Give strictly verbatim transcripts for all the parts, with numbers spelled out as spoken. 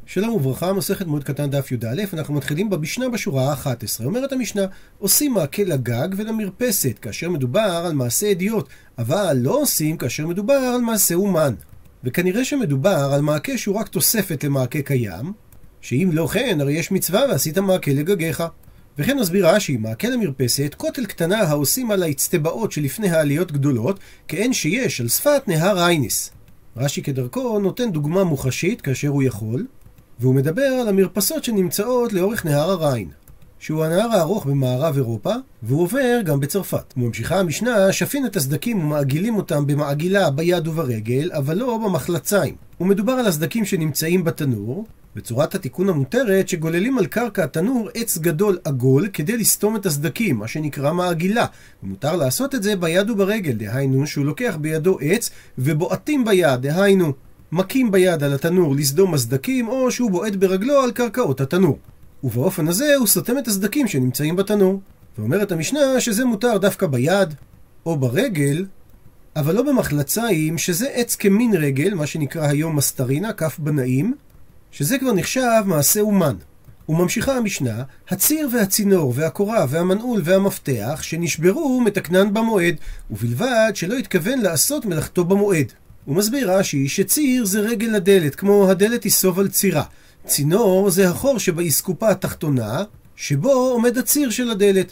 שלום וברכה, מסכת מועד קטן דף י"א, אנחנו מתחילים במשנה בשורה ה-אחת עשרה. אומרת המשנה, עושים מעקה לגג ולמרפסת כאשר מדובר על מעשה אדיוט, אבל לא עושים כאשר מדובר על מעשה אומן. וכנראה שמדובר על מעקה שהוא רק תוספת למעקה קיים, שאם לא כן, הרי יש מצווה ועשית מעקה לגגיך. וכן מסביר רש"י, מעקה למרפסת, כותל קטנה העושים על האצטבעות שלפני העליות גדולות, כאין שיש על שפת נהר איינס. רש"י כדרכו נותן דוגמה מוחשית כאשר הוא יכול, והוא מדבר על המרפסות שנמצאות לאורך נהר הריין, שהוא הנהר הארוך במערב אירופה, והוא עובר גם בצרפת. וממשיכה המשנה, שפין את הסדקים ומעגילים אותם במעגילה ביד וברגל, אבל לא במחלציים. ומדובר על הסדקים שנמצאים בתנור, בצורת התיקון המותרת שגוללים על קרקע התנור עץ גדול עגול כדי לסתום את הסדקים, מה שנקרא מעגילה. ומותר לעשות את זה ביד וברגל, דהיינו שהוא לוקח בידו עץ ובועטים ביד, דהיינו מקים ביד על התנור לסדום הסדקים, או שהוא בועט ברגלו על קרקעות התנור. ובאופן הזה הוא סותם את הסדקים שנמצאים בתנור. ואומרת המשנה שזה מותר דווקא ביד או ברגל, אבל לא במחלציים, שזה עץ כמין רגל, מה שנקרא היום מסטרינה, כף בנאים, שזה כבר נחשב מעשה אומן. וממשיכה המשנה, הציר והצינור והקורה והמנעול והמפתח שנשברו מתקנן במועד, ובלבד שלא התכוון לעשות מלאכתו במועד. הוא מסביר רש"י שציר זה רגל הדלת, כמו הדלת יסוב על צירה. צינור זה החור שבאסקופה התחתונה, שבו עומד הציר של הדלת.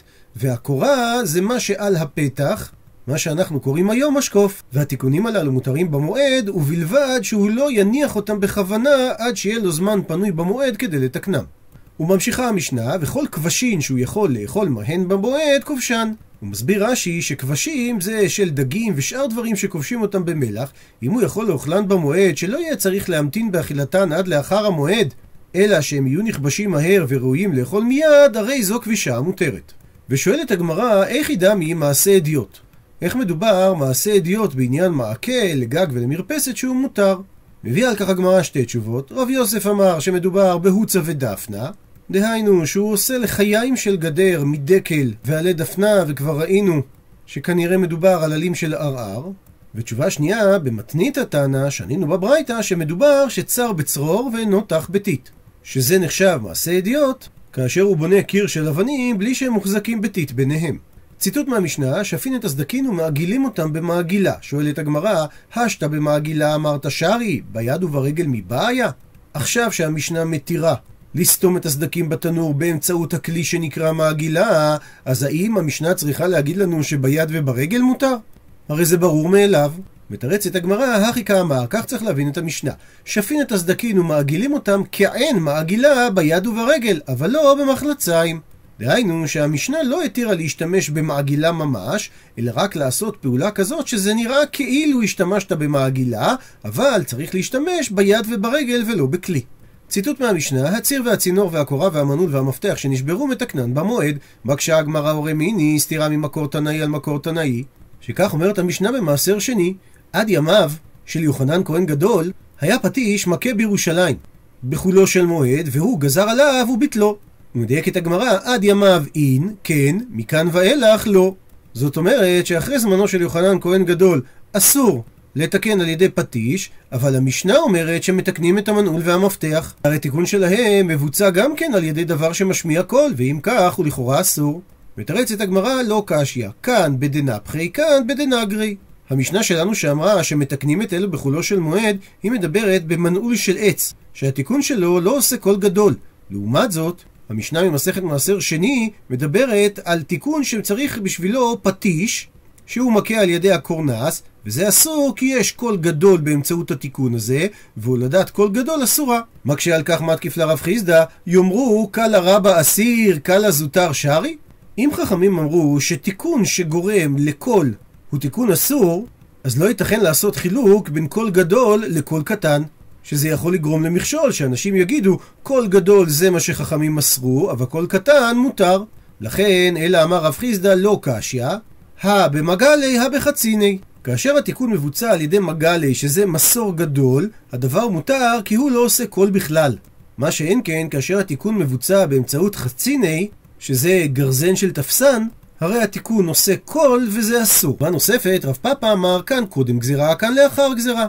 והקורה זה מה שעל הפתח, מה שאנחנו קוראים היום משקוף. והתיקונים הללו מותרים במועד, ובלבד שהוא לא יניח אותם בכוונה עד שיהיה לו זמן פנוי במועד כדי לתקנם. וממשיכה המשנה, וכל כבשין שהוא יכול לאכול מהן במועד כובשן. הוא מסביר רש"י שכבשים זה של דגים ושאר דברים שכובשים אותם במלח, אם הוא יכול לאוכלן במועד שלא יהיה צריך להמתין באכילתן עד לאחר המועד, אלא שהם יהיו נכבשים מהר וראויים לאכול מיד, הרי זו כבישה מותרת. ושואלת הגמרא, איך ידע מי מעשה אדיוט? איך מדובר מעשה אדיוט בעניין מעקה לגג ולמרפסת שהוא מותר? מביא על כך הגמרא שתי תשובות. רב יוסף אמר שמדובר בהוצה ודפנה, דהיינו שהוא עושה לחיים של גדר מדקל ועלי דפנה, וכבר ראינו שכנראה מדובר על עלים של ערער. ותשובה שנייה, במתנית התנא שנינו בברייתא שמדובר שצר בצרור ואינו תח בתית, שזה נחשב מעשה אדיוט כאשר הוא בונה קיר של אבנים בלי שהם מוחזקים בתית ביניהם. ציטוט מהמשנה, שפין את הסדקים ומעגילים אותם במעגילה. שואלת הגמרא, השת במעגילה אמרת שרי, ביד וברגל מבעיה? עכשיו שהמשנה מתירה לסתום את הסדקים בתנור באמצעות הכלי שנקרא מעגילה, אז האם המשנה צריכה להגיד לנו שביד וברגל מותר? הרי זה ברור מאליו. מתרצת הגמרא, הכי כאמר, כך צריך להבין את המשנה. שפין את הסדקים ומעגילים אותם כעין מעגילה ביד וברגל, אבל לא במחלציים. דהיינו שהמשנה לא התירה להשתמש במעגילה ממש, אלא רק לעשות פעולה כזאת שזה נראה כאילו השתמשת במעגילה, אבל צריך להשתמש ביד וברגל ולא בכלי. ציטוט מהמשנה, הציר והצינור והקורה והמנעול והמפתח שנשברו מתקנן במועד. מקשה הגמרא הורה מיני, סתירה ממקור תנאי על מקור תנאי, שכך אומרת המשנה במעשר שני, עד ימיו של יוחנן כהן גדול היה פטיש מכה בירושלים בחולו של מועד, והוא גזר עליו וביטלו. ומדייק את הגמרא, עד ימיו אין, כן, מכאן ואילך לא. זאת אומרת שאחרי זמנו של יוחנן כהן גדול אסור לתקן על ידי פטיש, אבל המשנה אומרת שמתקנים את המנעול והמפתח. הרי תיקון שלהם מבוצע גם כן על ידי דבר שמשמיע קול, ואם כך הוא לכאורה אסור. מתרצת הגמרא, לא קשיא, כאן בדנפחי, כאן בדנגרי. המשנה שלנו שאמרה שמתקנים את אלו בחולו של מועד, היא מדברת במנעול של עץ, שהתיקון שלו לא עושה קול גדול. לעומת זאת, המשנה ממסכת מעשר שני מדברת על תיקון שצריך בשבילו פטיש, שהוא מכה על ידי הקורנס, וזה אסור כי יש קול גדול באמצעות התיקון הזה, והולדת קול גדול אסורה. מקשה על כך מתקיף לרב חיסדא, יאמרו קל הרבה אסיר, קל הזוטר שרי? אם חכמים אמרו שתיקון שגורם לקול הוא תיקון אסור, אז לא ייתכן לעשות חילוק בין קול גדול לקול קטן, שזה יכול לגרום למכשול, שאנשים יגידו קול גדול זה מה שחכמים מסרו, אבל קול קטן מותר. לכן אלא אמר רב חיסדא לא קשיא, הא במגלי הא בחציני. כאשר התיקון מבוצע על ידי מגלי, שזה מסור גדול, הדבר מותר כי הוא לא עושה קול בכלל. מה שאין כן כאשר התיקון מבוצע באמצעות חציני, שזה גרזן של תפסן, הרי התיקון עושה קול וזה אסור. מה נוספת, רב פאפא אמר כאן קודם גזירה, כאן לאחר גזירה.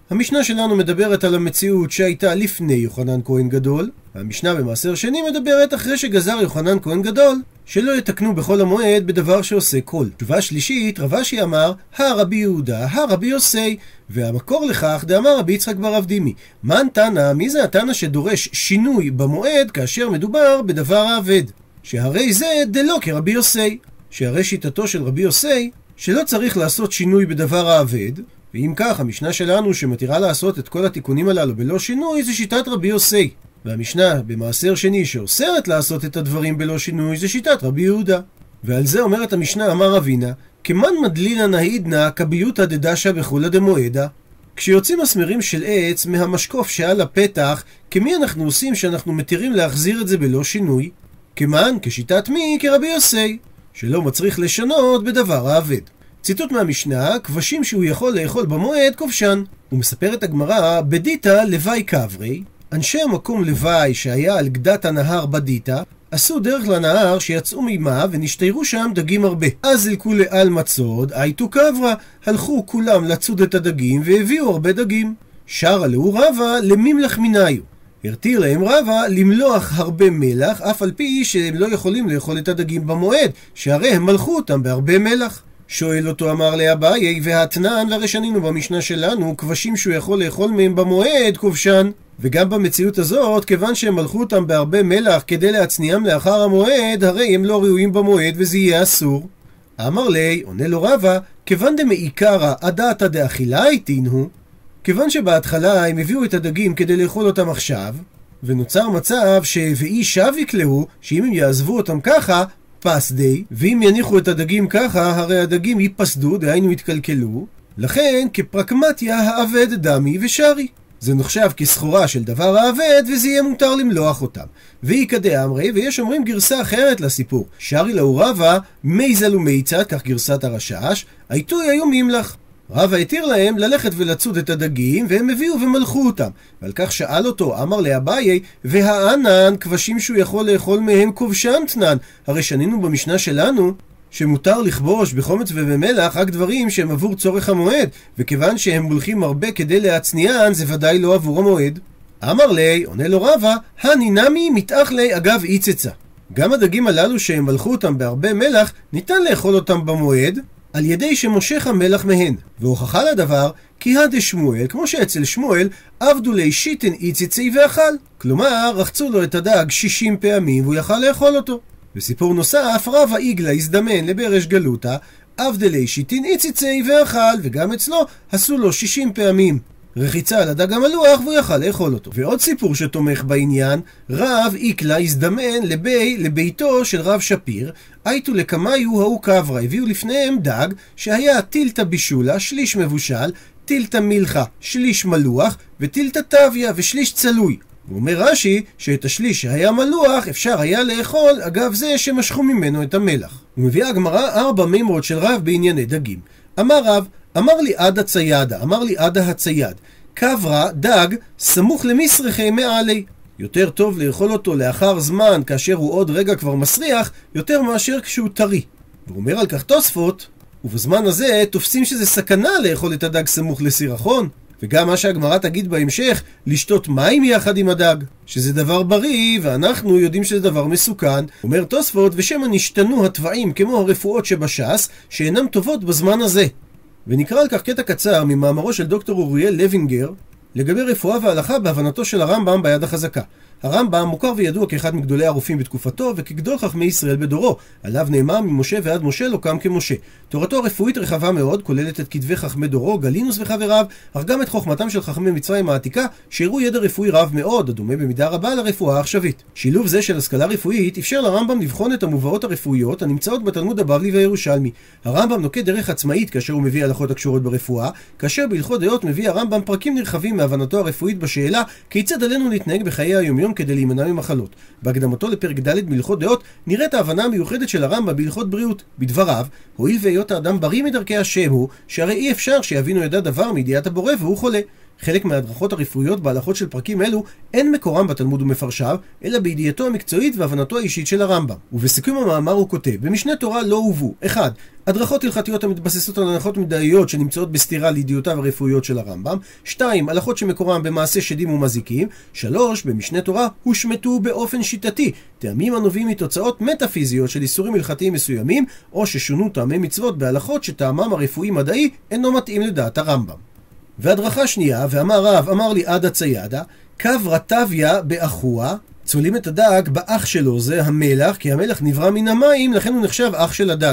המשנה שלנו מדברת על המציאות שהייתה לפני יוחנן כהן גדול, והמשנה במעשר שני מדברת אחרי שגזר יוחנן כהן גדול שלא יתקנו בחול המועד בדבר שעושה כל. תשובה שלישית, רב אשי אמר, הרבי יהודה, הרבי יוסי, והמקור לכך דאמר רבי יצחק בר אבדימי. מן תנא, מי זה התנא שדורש שינוי במועד כאשר מדובר בדבר האבד? שהרי זה דלא כרבי יוסי, שהרי שיטתו של רבי יוסי שלא צריך לעשות שינוי בדבר האבד, ואם כך המשנה שלנו שמתירה לעשות את כל התיקונים הללו בלא שינוי זה שיטת רבי יוסי, והמשנה במעשר שני שאוסרת לעשות את הדברים בלא שינוי זה שיטת רבי יהודה. ועל זה אומרת המשנה, אמר רבינה, כמן מדלינה נהידנה כביותא דדשא בחולא דמועדה. כשיוצאים מסמרים של עץ מהמשקוף שעל הפתח, כמי אנחנו עושים שאנחנו מתירים להחזיר את זה בלא שינוי? כמן, כשיטת מי? כרבי יוסי, שלא מצריך לשנות בדבר האבד. ציטוט מהמשנה, כבשים שהוא יכול לאכול במועד כובשן. הוא מספר את הגמרא, בדיתא לוואי קברי, אנשי המקום לוואי שהיה על גדת הנהר בדיתא, עשו דרך לנהר שיצאו מימה ונשתיירו שם דגים הרבה. אז זלקו לעל מצוד, הייתו קברה, הלכו כולם לצוד את הדגים והביאו הרבה דגים. שרה לאו רבא למימלח מיניו, הרתיר להם רבא למלוח הרבה מלח, אף על פי שהם לא יכולים לאכול את הדגים במועד, שהרי הם מלכו אותם בהרבה מלח. שואל אותו, אמר לאביי, והתנן, והרי שנינו במשנה שלנו, כבשים שהוא יכול לאכול מהם במועד כובשן. וגם במציאות הזאת, כיוון שהם מלכו אותם בהרבה מלח כדי להצניעם לאחר המועד, הרי הם לא ראויים במועד וזה יהיה אסור. אמר לי, עונה לו רבא, כיוון דמעיקרא הדעתא דאכילה איתין הוא, כיוון שבהתחלה הם הביאו את הדגים כדי לאכול אותם עכשיו, ונוצר מצב שאי שוויק להו, שאם הם יעזבו אותם ככה, פס די, ואם יניחו את הדגים ככה, הרי הדגים ייפסדו, דהיינו יתקלקלו, לכן כפרקמטיה האבד דמי ושרי. זה נחשב כסחורה של דבר האבד, וזה יהיה מותר למלוח אותם. ויקדא אמרי, ויש אומרים גרסה אחרת לסיפור. שרי לאו רבא, מייזל ומייצד, כך גרסת הרשש, הייתוי היו מימלח. רבא התיר להם ללכת ולצוד את הדגים, והם הביאו ומלכו אותם. ועל כך שאל אותו, אמר לאביי, והענן, כבשים שהוא יכול לאכול מהם כובשן תנן. הרי שנינו במשנה שלנו, שמותר לכבוש בחומץ ובמלח רק דברים שהם עבור צורך המועד, וכיוון שהם מולכים הרבה כדי להצניען, זה ודאי לא עבור המועד. אמר לי, עונה לו רבא, הנינמי מתאח לי אגב איצצה. גם הדגים הללו שהם מלכו אותם בהרבה מלח, ניתן לאכול אותם במועד, על ידי שמושך המלח מהן. והוכחה לדבר, כי הדה שמואל, כמו שאצל שמואל, עבדו לי שיטן איציצי ואכל. כלומר, רחצו לו את הדג שישים פעמים והוא יכל לאכול אותו. בסיפור נוסף, רבא איגלה הזדמן לברש גלותה, עבדלי שיטין איציצי ואכל, וגם אצלו עשו לו שישים פעמים רחיצה על הדג המלוח והוא יכל לאכול אותו. ועוד סיפור שתומך בעניין, רב איקלה הזדמן לבי, לביתו של רב שפיר, הייתו לקמיו ההוא קברה, הביאו לפניהם דג שהיה טילתא בישולה, שליש מבושל, טילתא מלחה, שליש מלוח, וטילתא טביה, ושליש צלוי. הוא אומר רש"י שאת השליש שהיה מלוח אפשר היה לאכול אגב זה שמשכו ממנו את המלח. הוא מביא הגמרא ארבע מימרות של רב בענייני דגים. אמר רב, אמר לי עדה ציידה, אמר לי עדה הצייד, קברה דג סמוך למסרחי מעלי. יותר טוב לאכול אותו לאחר זמן כאשר הוא עוד רגע כבר מסריח, יותר מאשר כשהוא טרי. והוא אומר על כך תוספות, ובזמן הזה תופסים שזה סכנה לאכול את הדג סמוך לסירחון. וגם מה שהגמרא תגיד בהמשך, לשתות מים יחד עם הדג, שזה דבר בריא, ואנחנו יודעים שזה דבר מסוכן. אומר תוספות, ושמה נשתנו הטבעים כמו הרפואות שבש"ס, שאינם טובות בזמן הזה. ונקרא על כך קטע קצר ממאמרו של דוקטור אוריאל לוינגר, לגבי רפואה והלכה בהבנתו של הרמב"ם ביד החזקה. הרמב"ם מוכר וידוע כאחד מגדולי הרופאים בתקופתו וכגדול חכמי ישראל בדורו, עליו נאמר ממשה ועד משה לא קם כמשה. תורתו הרפואית רחבה מאוד, כוללת את כתבי חכמי דורו, גלינוס וחבריו, אך גם את חוכמתם של חכמי מצרים העתיקה, שהראו ידע רפואי רב מאוד, הדומה במידה רבה לרפואה העכשווית. שילוב זה של השכלה רפואית אפשר לרמב"ם לבחון את המובאות הרפואיות הנמצאות בתלמוד הבבלי והירושלמי. הרמב"ם נוקט דרך עצמאית כאשר הוא מביא הלכות הקשורות ברפואה, כאשר בהלכות דעות מביא הרמב"ם פרקים נרחבים מהבנתו הרפואית בשאלה כיצד עלינו להתנהג בחיי היום-יום כדי להימנע ממחלות. בהקדמתו לפרק ד' בהלכות דעות נראית ההבנה המיוחדת של הרמב"ם בהלכות בריאות. בדבריו, הואיל והיות האדם בריא מדרכי השם הוא, שהרי אי אפשר שיבינו ידע דבר מידיעת הבורא והוא חולה. חלק מההדרכות הרפואיות בהלכות של פרקים אלו אין מקורם בתלמוד ומפרשיו, אלא בידיעתו המקצועית והבנתו האישית של הרמב"ם. ובסיכום המאמר הוא כותב, במשנה תורה לא הובאו אחד. הדרכות הלכתיות המתבססות על הנחות מדעיות שנמצאות בסתירה לידיעותיו הרפואיות של הרמב"ם. שתיים. הלכות שמקורם במעשה שדים ומזיקים. שלוש. במשנה תורה הושמטו באופן שיטתי טעמים הנובעים מתוצאות מטאפיזיות של איסורים הלכתיים מסוימים, או ששונו טעמי מצוות בהלכות שטעמם הרפואי מדעי אינו מתאים לדעת הרמב"ם. והדרכה שנייה, ואמר רב, אמר לי עדה ציידה, קו רטביה באחוה, צולים את הדג באח שלו, זה המלח, כי המלח נברא מן המים, לכן הוא נחשב אח של הדג.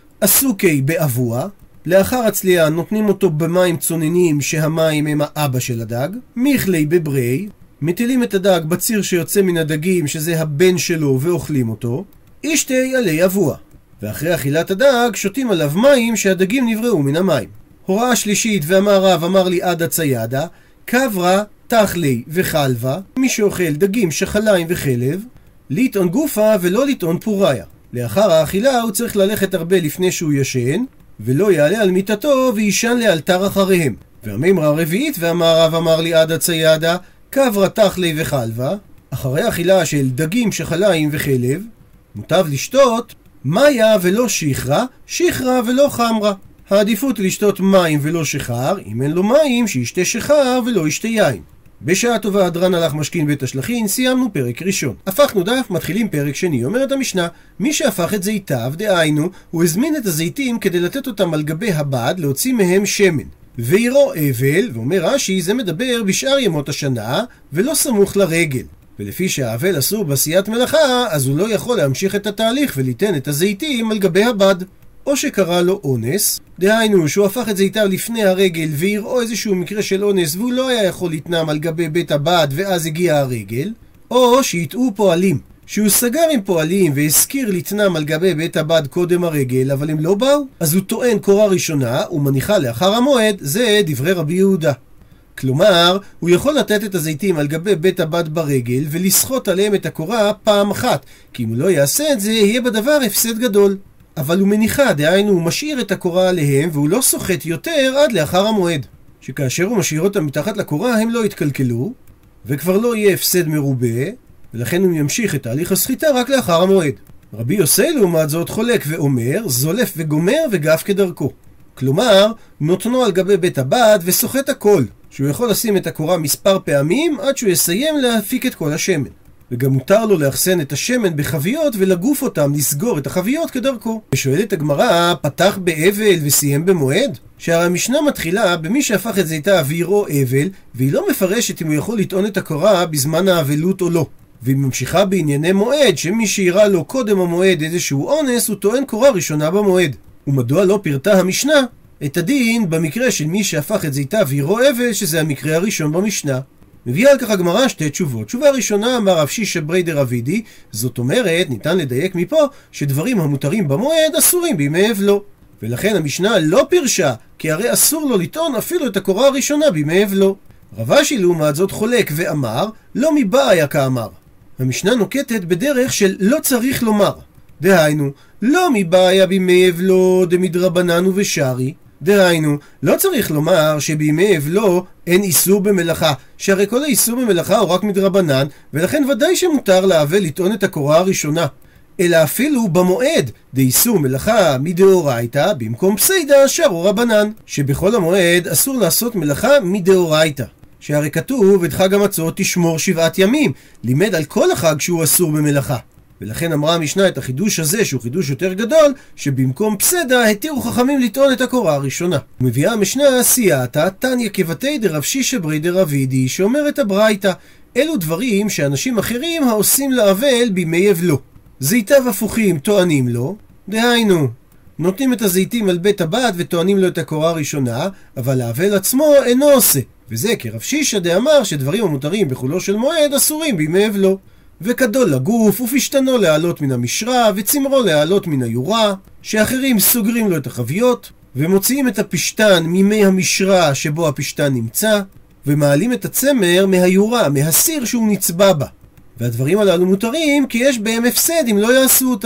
עסוקי באבוה, לאחר הצלייה נותנים אותו במים צוננים שהמים הם האבא של הדג. מיכלי בברי, מטילים את הדג בציר שיוצא מן הדגים שזה הבן שלו ואוכלים אותו. אישתי עלי אבוה, ואחרי אכילת הדג שותים עליו מים שהדגים נבראו מן המים. הוראה שלישית, ואמר רב, אמר לי עדה ציידה, קברה, תחלי וחלבה, מי שאוכל דגים שחליים וחלב, לטעון גופה ולא לטעון פוריה. לאחר האכילה הוא צריך ללכת הרבה לפני שהוא ישן, ולא יעלה על מיטתו וישן לאלתר אחריהם. והמימרה הרביעית, ואמר רב, אמר לי עדה ציידה, קברה, תחלי וחלבה, אחרי האכילה של דגים שחליים וחלב, מוטב לשתות מיה ולא שחרה, שחרה ולא חמרה. העדיפות לשתות מים ולא שחר, אם אין לו מים שישתה שחר ולא ישתה יין. בשעה טובה הדרן הלך משכין בית השלכין, סיימנו פרק ראשון. הפכנו דף, מתחילים פרק שני. אומרת המשנה, מי שהפך את זיתיו, דהיינו, הוא הזמין את הזיתים כדי לתת אותם על גבי הבד, להוציא מהם שמן. ויראו אבל, ואומר רש"י, זה מדבר בשאר ימות השנה, ולא סמוך לרגל. ולפי שהאבל אסור בעשיית מלאכה, אז הוא לא יכול להמשיך את התהליך וליתן את הזיתים על גבי הבד. או שקרה לו אונס, דהיינו שהוא הפך את זיתיו לפני הרגל ויראו איזשהו מקרה של אונס והוא לא היה יכול להתנם על גבי בית הבד ואז הגיע הרגל, או שיטעו פועלים, שהוא סגר עם פועלים והזכיר להתנם על גבי בית הבד קודם הרגל אבל הם לא באו, אז הוא טוען קורה ראשונה ומניחה לאחר המועד, זה דברי רבי יהודה. כלומר, הוא יכול לתת את הזיתים על גבי בית הבד ברגל ולסחוט עליהם את הקורה פעם אחת, כי אם הוא לא יעשה את זה יהיה בדבר הפסד גדול. אבל הוא מניחה, דהיינו הוא משאיר את הקורה עליהם והוא לא סוחט יותר עד לאחר המועד, שכאשר הוא משאיר אותם מתחת לקורה הם לא יתקלקלו וכבר לא יהיה הפסד מרובה, ולכן הוא ימשיך את תהליך הסחיטה רק לאחר המועד. רבי יוסי לעומת זאת חולק ואומר, זולף וגומר וגף כדרכו. כלומר, נותנו על גבי בית הבד וסוחט הכל, שהוא יכול לשים את הקורה מספר פעמים עד שהוא יסיים להפיק את כל השמן. וגם מותר לו לאחסן את השמן בחביות ולגוף אותם, לסגור את החביות כדרכו. ושואלת הגמרא, פתח באבל וסיים במועד? שהרי המשנה מתחילה במי שהפך את זיתיו ויראו אבל, והיא לא מפרשת אם הוא יכול לטעון את הקורה בזמן האבלות או לא. והיא ממשיכה בענייני מועד, שמי שיראה לו קודם המועד איזשהו אונס, הוא טוען קורה ראשונה במועד. ומדוע לא פירטה המשנה את הדין במקרה של מי שהפך את זיתיו ויראו אבל, שזה המקרה הראשון במשנה? מביאה על כך הגמרא שתי תשובות. תשובה ראשונה, אמר רב שישא ברי דרבידי, זאת אומרת, ניתן לדייק מפה, שדברים המותרים במועד אסורים בימי אבלו. ולכן המשנה לא פירשה, כי הרי אסור לו לטעון אפילו את הקורה הראשונה בימי אבלו. רב אשי לעומת זאת חולק ואמר, לא מבעיה כאמר. המשנה נוקטת בדרך של לא צריך לומר. דהיינו, לא מבעיה בימי אבלו דמדרבנן ובשרי. דהיינו, לא צריך לומר שבימי אבלו אין איסור במלאכה, שהרי כל האיסור במלאכה הוא רק מדרבנן, ולכן ודאי שמותר לאבל לטעון את הקורה הראשונה. אלא אפילו במועד, דאיסור מלאכה מדאורייתא, במקום פסיידא שרו רבנן, שבכל המועד אסור לעשות מלאכה מדאורייתא. שהרי כתוב, את חג המצות תשמור שבעת ימים, לימד על כל החג שהוא אסור במלאכה. ולכן אמרה המשנה את החידוש הזה, שהוא חידוש יותר גדול, שבמקום פסדה התירו חכמים לטעון את הקורה הראשונה. ומביאה המשנה סייעתא תניא כבתי דרב שישא ברי דרבידי, שאומרת הברייתא, אלו דברים שאנשים אחרים העושים לאבל בימי אבלו. זיתיו הפוכים טוענים לו, דהיינו, נותנים את הזיתים על בית הבד וטוענים לו את הקורה הראשונה, אבל האבל עצמו אינו עושה. וזה כרב שישא דאמר שדברים המותרים בחולו של מועד אסורים בימי אבלו. וקדול לגוף ופשתנו להעלות מן המשרה וצמרו להעלות מן היורה, שאחרים סוגרים לו את החביות ומוציאים את הפשתן ממי המשרה שבו הפשתן נמצא, ומעלים את הצמר מהיורה, מהסיר שהוא נצבע בה. והדברים הללו מותרים כי יש בהם הפסד אם לא יעשו אותם.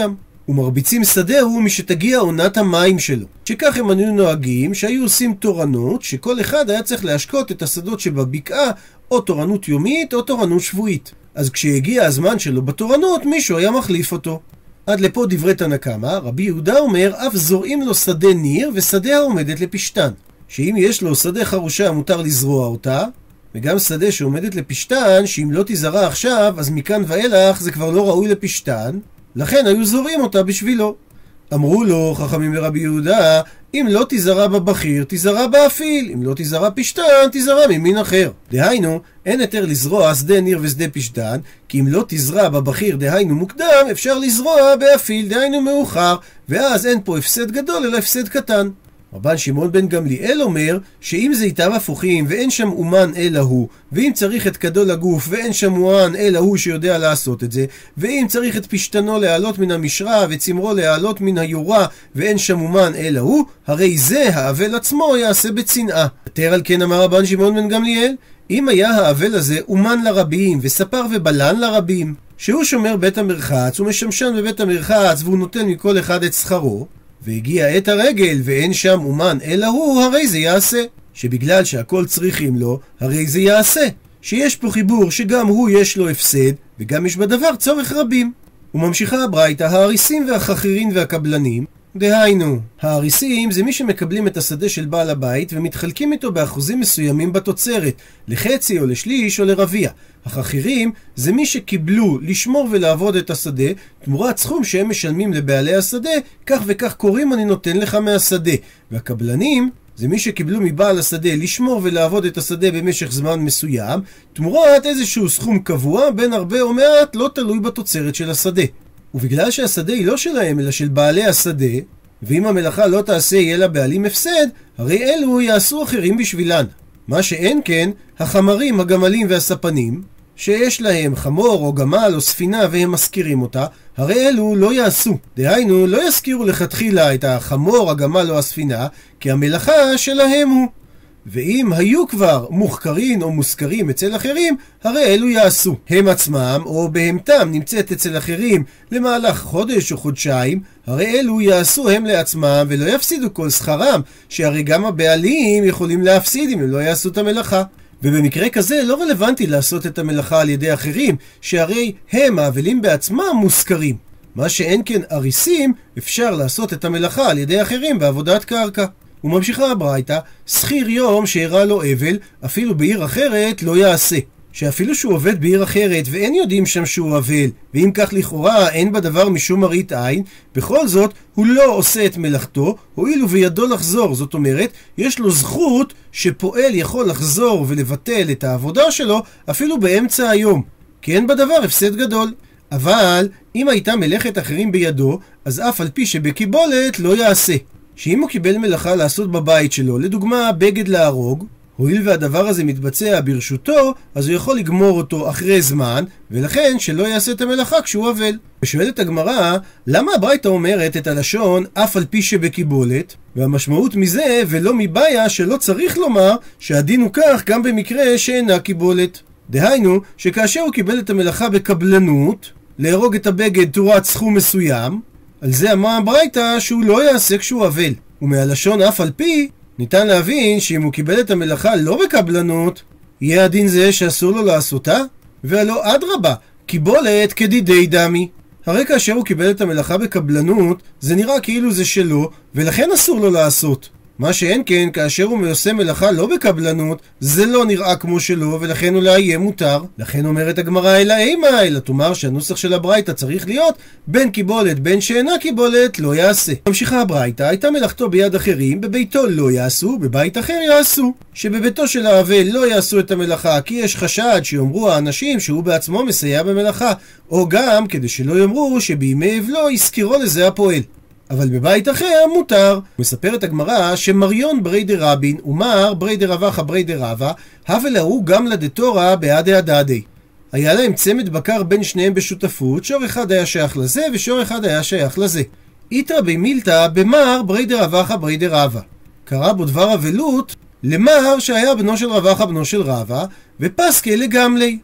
ומרביצים שדהו משתגיע עונת המים שלו. שכך הם היו נוהגים שהיו עושים תורנות, שכל אחד היה צריך להשקות את השדות שבבקעה, או תורנות יומית או תורנות שבועית. אז כשהגיע הזמן שלו בתורנות, מישהו היה מחליף אותו. עד לפה דברי תנא קמא. רבי יהודה אומר, אף זורעים לו שדה ניר ושדה העומדת לפשתן. שאם יש לו שדה חרושה מותר לזרוע אותה, וגם שדה שעומדת לפשתן, שאם לא תזרע עכשיו, אז מכאן ואילך זה כבר לא ראוי לפשתן, לכן היו זורעים אותה בשבילו. אמרו לו חכמים לרבי יהודה, אם לא תזרע בבחיר, תזרע באפיל, אם לא תזרע פשתן, תזרע ממין אחר. דהיינו, אין יותר לזרוע שדה ניר ושדה פשתן, כי אם לא תזרע בבחיר, דהיינו מוקדם, אפשר לזרוע באפיל, דהיינו מאוחר, ואז אין פה הפסד גדול אלא הפסד קטן. רבן שמעון בן גמליאל אומר שאם זה איתם הפוכים ואין שם אומן אלא הוא, ואם צריך את כדו לגוף ואין שם אומן אלא הוא שיודע לעשות את זה, ואם צריך את פשתנו להעלות מן המשרה וצמרו להעלות מן היורה ואין שם אומן אלא הוא, הרי זה האבל עצמו יעשה בצנעה. יותר על כן אמר רבן שמעון בן גמליאל, אם היה האבל הזה אומן לרבים וספר ובלן לרבים, שהוא שומר בית המרחץ ומשמשן בבית המרחץ והוא נותן מכל אחד את שכרו, והגיע עת הרגל ואין שם אומן אלא הוא, הרי זה יעשה. שבגלל שהכל צריכים לו, הרי זה יעשה. שיש פה חיבור שגם הוא יש לו הפסד, וגם יש בדבר צורך רבים. וממשיכה הברייתא, האריסים והחכירים והקבלנים, דהיינו, האריסים זה מי שמקבלים את השדה של בעל הבית ומתחלקים איתו באחוזים מסוימים בתוצרת, לחצי או לשליש או לרביע. החכירים זה מי שקיבלו לשמור ולעבוד את השדה, תמורת סכום שהם משלמים לבעלי השדה, כך וכך קוראים אני נותן לך מהשדה. והקבלנים זה מי שקיבלו מבעל השדה לשמור ולעבוד את השדה במשך זמן מסוים, תמורת איזשהו סכום קבוע, בין הרבה או מעט, לא תלוי בתוצרת של השדה. ובגלל שהשדה היא לא שלהם אלא של בעלי השדה, ואם המלאכה לא תעשה יהיה לה בעלים הפסד, הרי אלו יעשו אחרים בשבילן. מה שאין כן, החמרים, הגמלים והספנים, שיש להם חמור או גמל או ספינה והם מזכירים אותה, הרי אלו לא יעשו. דהיינו, לא יזכירו לכתחילה את החמור, הגמל או הספינה, כי המלאכה שלהם הוא. ואם היו כבר מוחקרים או מוזכרים אצל אחרים, הרי אלו יעשו. הם עצמם או בהמתם נמצאת אצל אחרים למהלך חודש או חודשיים, הרי אלו יעשו הם לעצמם ולא יפסידו כל שכרם, שהרי גם הבעלים יכולים להפסיד אם הם לא יעשו את המלאכה. ובמקרה כזה לא רלוונטי לעשות את המלאכה על ידי אחרים, שהרי הם האבלים בעצמם מוזכרים. מה שאין כן אריסים, אפשר לעשות את המלאכה על ידי אחרים בעבודת קרקע. וממשיכה הברייתא, שכיר יום שהראה לו אבל, אפילו בעיר אחרת לא יעשה. שאפילו שהוא עובד בעיר אחרת ואין יודעים שם שהוא אבל, ואם כך לכאורה אין בדבר משום מראית עין, בכל זאת הוא לא עושה את מלאכתו, הואיל ובידו לחזור. זאת אומרת, יש לו זכות שפועל יכול לחזור ולבטל את העבודה שלו אפילו באמצע היום, כי אין בדבר הפסד גדול. אבל אם הייתה מלאכת אחרים בידו, אז אף על פי שבקיבולת לא יעשה. שאם הוא קיבל מלאכה לעשות בבית שלו, לדוגמה בגד להרוג, הואיל והדבר הזה מתבצע ברשותו, אז הוא יכול לגמור אותו אחרי זמן, ולכן שלא יעשה את המלאכה כשהוא אבל. ושואלת הגמרא, למה הברייתא אומרת את הלשון אף על פי שבקיבולת? והמשמעות מזה ולא מבעיה שלא צריך לומר שהדין הוא כך גם במקרה שאינה קיבולת. דהיינו שכאשר הוא קיבל את המלאכה בקבלנות, להרוג את הבגד תורת סכום מסוים, על זה אמרה הברייתא שהוא לא יעשה כשהוא אבל. ומהלשון אף על פי ניתן להבין שאם הוא קיבל את המלאכה לא בקבלנות, יהיה הדין זה שאסור לו לעשותה? והלא אדרבה, קיבולת כדידי דמי. הרי כאשר הוא קיבל את המלאכה בקבלנות, זה נראה כאילו זה שלו, ולכן אסור לו לעשות. מה שאין כן, כאשר הוא עושה מלאכה לא בקבלנות, זה לא נראה כמו שלו, ולכן אולי יהיה מותר. לכן אומרת הגמרא אלא אימה, אלא תאמר שהנוסח של הברייתא צריך להיות בין קיבולת בין שאינה קיבולת לא יעשה. ממשיכה הברייתא, הייתה מלאכתו ביד אחרים, בביתו לא יעשו, בבית אחר יעשו. שבביתו של האבל לא יעשו את המלאכה, כי יש חשד שיאמרו האנשים שהוא בעצמו מסייע במלאכה, או גם כדי שלא יאמרו שבימי אבלו יזכירו לזה הפועל. אבל בבית אחר מותר. מספרת הגמרא שמריון ברי דרבין ומר ברי דרבחה ברי דרבה, הווה להו גם לדתורה בעדי הדדי. היה להם צמד בקר בין שניהם בשותפות, שור אחד היה שייך לזה ושור אחד היה שייך לזה. איתרא במילתא במר ברי דרבחה ברי דרבה. קרא בו דבר אבלות למר שהיה בנו של רבחה בנו של רבה, ופסקי לגמלי.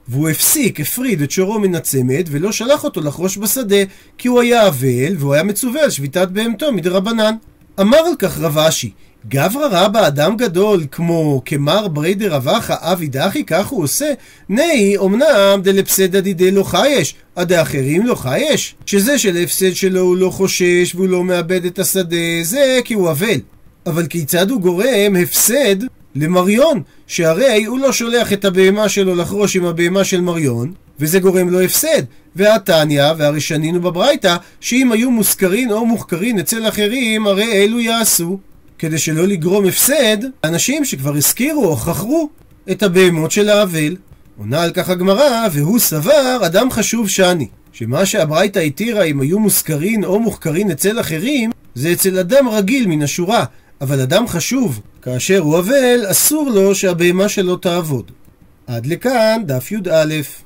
והוא הפסיק, הפריד את שורו מן הצמד, ולא שלח אותו לחרוש בשדה, כי הוא היה אבל, והוא היה מצווה על שביתת בהמתו מדרבנן. אמר על כך רב אשי, גברא רבא אדם גדול, כמו כמר ברי דרבחה אבי דחי, כך הוא עושה? נאי, אמנם דלפסדא דידי לא חייש, עד האחרים לא חייש? שזה שלהפסד שלו הוא לא חושש, והוא לא מאבד את השדה, זה כי הוא אבל. אבל כיצד הוא גורם הפסד למריון, שהרי הוא לא שולח את הבהמה שלו לחרוש עם הבהמה של מריון, וזה גורם לו הפסד. והתניא, והרי שנינו בברייתא, שאם היו מוזכרין או מוחקרין אצל אחרים, הרי אלו יעשו, כדי שלא לגרום הפסד אנשים שכבר הזכירו או חכרו את הבהמות של האבל. עונה על כך הגמרא, והוא סבר אדם חשוב שני, שמה שהברייתא התירה אם היו מוזכרין או מוחקרין אצל אחרים, זה אצל אדם רגיל מן השורה, אבל אדם חשוב, כאשר הוא אבל, אסור לו שהבהמה שלו תעבוד. עד לכאן דף י"א.